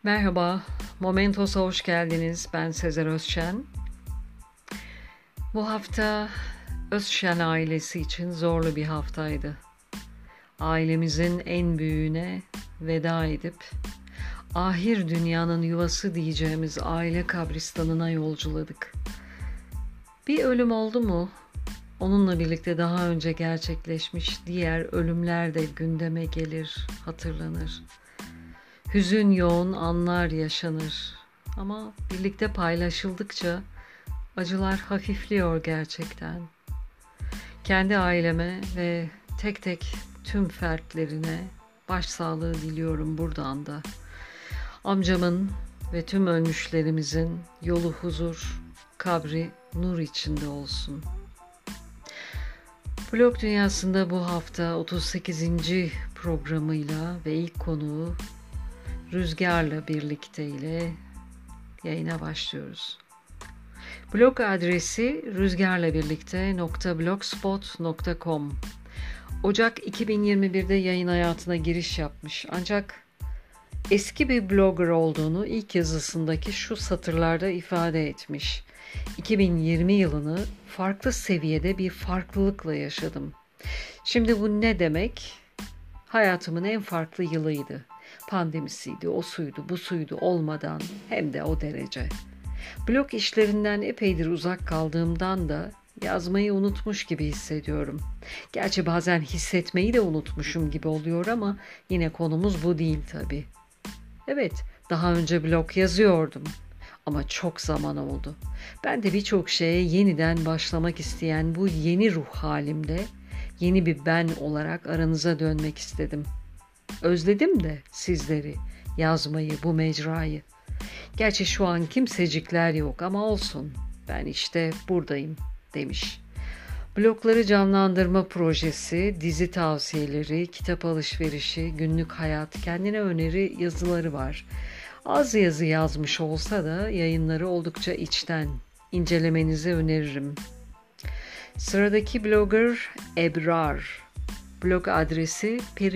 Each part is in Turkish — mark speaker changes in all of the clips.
Speaker 1: Merhaba, Momentos'a hoş geldiniz. Ben Sezer Özşen. Bu hafta Özşen ailesi için zorlu bir haftaydı. Ailemizin en büyüğüne veda edip ahir dünyanın yuvası diyeceğimiz aile kabristanına yolculadık. Bir ölüm oldu mu? Onunla birlikte daha önce gerçekleşmiş diğer ölümler de gündeme gelir, hatırlanır. Hüzün yoğun anlar yaşanır. Ama birlikte paylaşıldıkça acılar hafifliyor gerçekten. Kendi aileme ve tek tek tüm fertlerine başsağlığı diliyorum buradan da. Amcamın ve tüm ölmüşlerimizin yolu huzur, kabri nur içinde olsun. Blog Dünyası'nda bu hafta 38. programıyla ve ilk konuğu Rüzgar'la birlikte ile yayına başlıyoruz. Blog adresi rüzgarlabirlikte.blogspot.com. Ocak 2021'de yayın hayatına giriş yapmış. Ancak eski bir blogger olduğunu ilk yazısındaki şu satırlarda ifade etmiş. 2020 yılını farklı seviyede bir farklılıkla yaşadım. Şimdi bu ne demek? Hayatımın en farklı yılıydı. Pandemisiydi, o suydu, bu suydu olmadan hem de o derece. Blog işlerinden epeydir uzak kaldığımdan da yazmayı unutmuş gibi hissediyorum. Gerçi bazen hissetmeyi de unutmuşum gibi oluyor ama yine konumuz bu değil tabii. Evet, daha önce blog yazıyordum ama çok zaman oldu. Ben de birçok şeye yeniden başlamak isteyen bu yeni ruh halimle yeni bir ben olarak aranıza dönmek istedim. Özledim de sizleri, yazmayı, bu mecrayı. Gerçi şu an kimsecikler yok ama olsun. Ben işte buradayım demiş. Blogları canlandırma projesi, dizi tavsiyeleri, kitap alışverişi, günlük hayat, kendine öneri yazıları var. Az yazı yazmış olsa da yayınları oldukça içten. İncelemenizi öneririm. Sıradaki blogger Ebrar. Blog adresi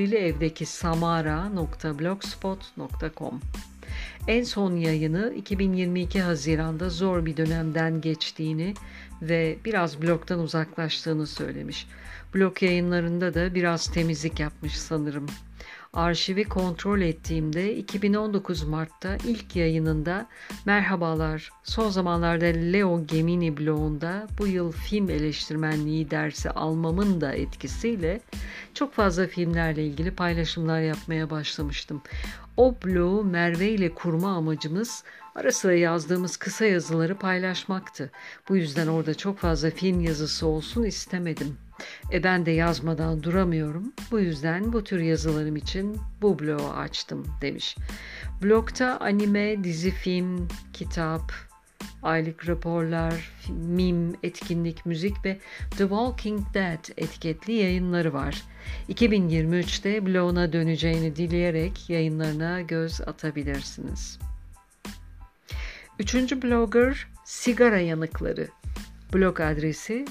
Speaker 1: perilievdekisamara.blogspot.com. En son yayını 2022 Haziran'da zor bir dönemden geçtiğini ve biraz blogdan uzaklaştığını söylemiş. Blog yayınlarında da biraz temizlik yapmış sanırım. Arşivi kontrol ettiğimde 2019 Mart'ta ilk yayınında merhabalar, son zamanlarda Leo Gemini blogunda bu yıl film eleştirmenliği dersi almamın da etkisiyle çok fazla filmlerle ilgili paylaşımlar yapmaya başlamıştım. O blogu Merve ile kurma amacımız ara sıra yazdığımız kısa yazıları paylaşmaktı. Bu yüzden orada çok fazla film yazısı olsun istemedim. Ben de yazmadan duramıyorum. Bu yüzden bu tür yazılarım için bu blogu açtım demiş. Blogda anime, dizi, film, kitap, aylık raporlar, mim, etkinlik, müzik ve The Walking Dead etiketli yayınları var. 2023'te bloguna döneceğini dileyerek yayınlarına göz atabilirsiniz. Üçüncü blogger Sigara Yanıkları. Blog adresi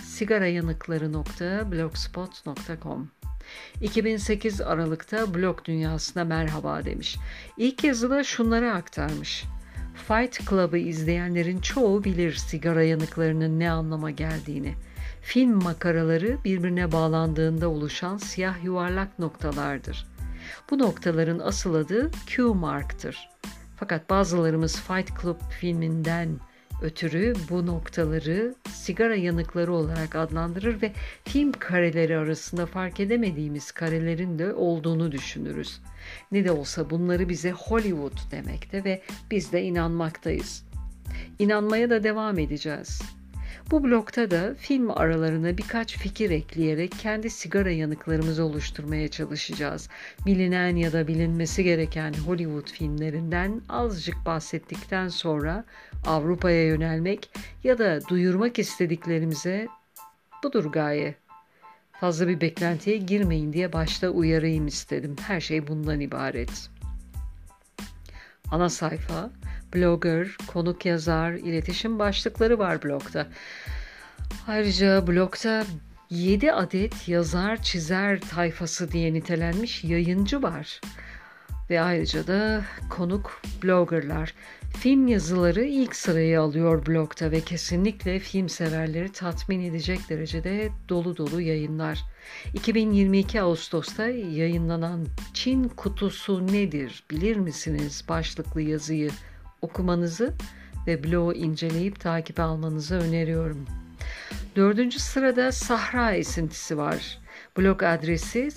Speaker 1: sigarayanıkları.blogspot.com. 2008 Aralık'ta blog dünyasına merhaba demiş. İlk yazıda şunları aktarmış. Fight Club'ı izleyenlerin çoğu bilir sigara yanıklarının ne anlama geldiğini. Film makaraları birbirine bağlandığında oluşan siyah yuvarlak noktalardır. Bu noktaların asıl adı Q-mark'tır. Fakat bazılarımız Fight Club filminden ötürü bu noktaları sigara yanıkları olarak adlandırır ve film kareleri arasında fark edemediğimiz karelerin de olduğunu düşünürüz. Ne de olsa bunları bize Hollywood demekte ve biz de inanmaktayız. İnanmaya da devam edeceğiz. Bu blogda da film aralarına birkaç fikir ekleyerek kendi sigara yanıklarımızı oluşturmaya çalışacağız. Bilinen ya da bilinmesi gereken Hollywood filmlerinden azıcık bahsettikten sonra Avrupa'ya yönelmek ya da duyurmak istediklerimize budur gaye. Fazla bir beklentiye girmeyin diye başta uyarayım istedim. Her şey bundan ibaret. Ana sayfa, blogger, konuk yazar, iletişim başlıkları var blogda. Ayrıca blogda 7 adet yazar çizer tayfası diye nitelenmiş yayıncı var. Ve ayrıca da konuk bloggerlar. Film yazıları ilk sırayı alıyor blogda ve kesinlikle film severleri tatmin edecek derecede dolu dolu yayınlar. 2022 Ağustos'ta yayınlanan Çin Kutusu Nedir Bilir misiniz başlıklı yazıyı okumanızı ve blogu inceleyip takip almanızı öneriyorum. Dördüncü sırada Sahra Esintisi var. Blog adresi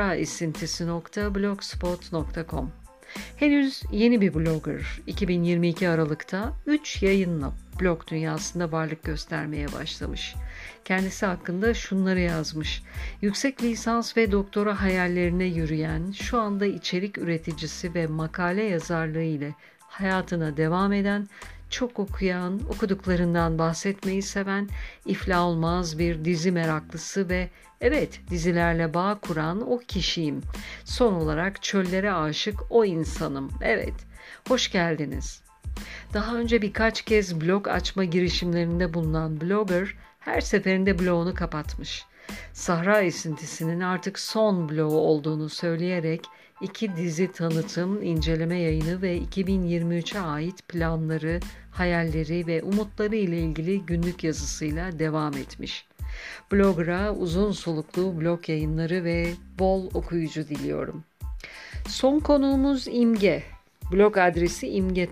Speaker 1: sahraesintisi.blogspot.com. Henüz yeni bir blogger. 2022 Aralık'ta 3 yayınla blog dünyasında varlık göstermeye başlamış. Kendisi hakkında şunları yazmış. Yüksek lisans ve doktora hayallerine yürüyen, şu anda içerik üreticisi ve makale yazarlığı ile hayatına devam eden, çok okuyan, okuduklarından bahsetmeyi seven, iflah olmaz bir dizi meraklısı ve evet, dizilerle bağ kuran o kişiyim. Son olarak çöllere aşık o insanım. Evet, hoş geldiniz. Daha önce birkaç kez blog açma girişimlerinde bulunan blogger her seferinde blogunu kapatmış. Sahra Esintisinin artık son blogu olduğunu söyleyerek 2 dizi tanıtım, inceleme yayını ve 2023'e ait planları, hayalleri ve umutları ile ilgili günlük yazısıyla devam etmiş. Blogger'a uzun soluklu blog yayınları ve bol okuyucu diliyorum. Son konuğumuz İmge. Blog adresi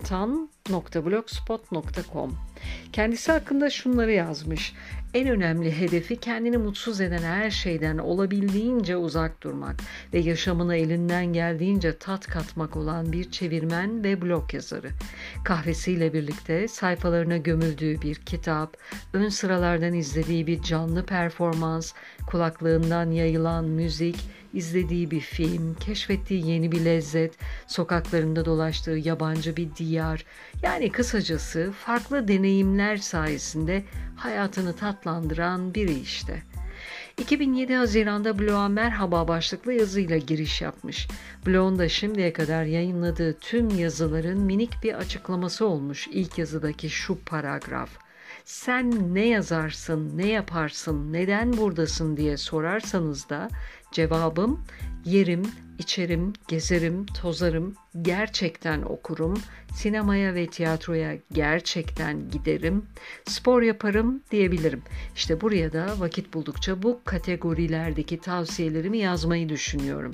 Speaker 1: imgetan.blogspot.com. Kendisi hakkında şunları yazmış. En önemli hedefi kendini mutsuz eden her şeyden olabildiğince uzak durmak ve yaşamına elinden geldiğince tat katmak olan bir çevirmen ve blog yazarı. Kahvesiyle birlikte sayfalarına gömüldüğü bir kitap, ön sıralardan izlediği bir canlı performans, kulaklığından yayılan müzik, izlediği bir film, keşfettiği yeni bir lezzet, sokaklarında dolaştığı yabancı bir diyar, yani kısacası farklı deneyimler sayesinde hayatını tatlandıran biri işte. 2007 Haziran'da bloğa Merhaba başlıklı yazıyla giriş yapmış. Bloğun da şimdiye kadar yayınladığı tüm yazıların minik bir açıklaması olmuş ilk yazıdaki şu paragraf. Sen ne yazarsın, ne yaparsın, neden buradasın diye sorarsanız da cevabım yerim, içerim, gezerim, tozarım, gerçekten okurum, sinemaya ve tiyatroya gerçekten giderim, spor yaparım diyebilirim. İşte buraya da vakit buldukça bu kategorilerdeki tavsiyelerimi yazmayı düşünüyorum.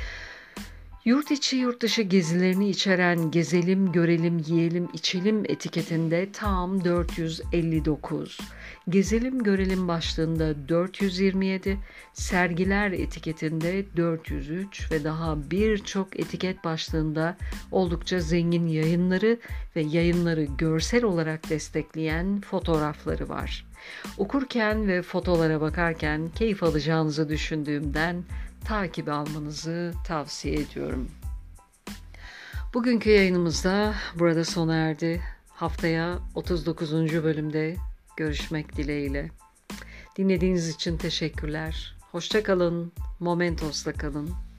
Speaker 1: Yurt içi yurt dışı gezilerini içeren Gezelim, Görelim, Yiyelim, İçelim etiketinde tam 459, Gezelim, Görelim başlığında 427, sergiler etiketinde 403 ve daha birçok etiket başlığında oldukça zengin yayınları ve yayınları görsel olarak destekleyen fotoğrafları var. Okurken ve fotolara bakarken keyif alacağınızı düşündüğümden takip almanızı tavsiye ediyorum. Bugünkü yayınımız da burada sona erdi. Haftaya 39. bölümde görüşmek dileğiyle. Dinlediğiniz için teşekkürler. Hoşça kalın, Momentos'la kalın.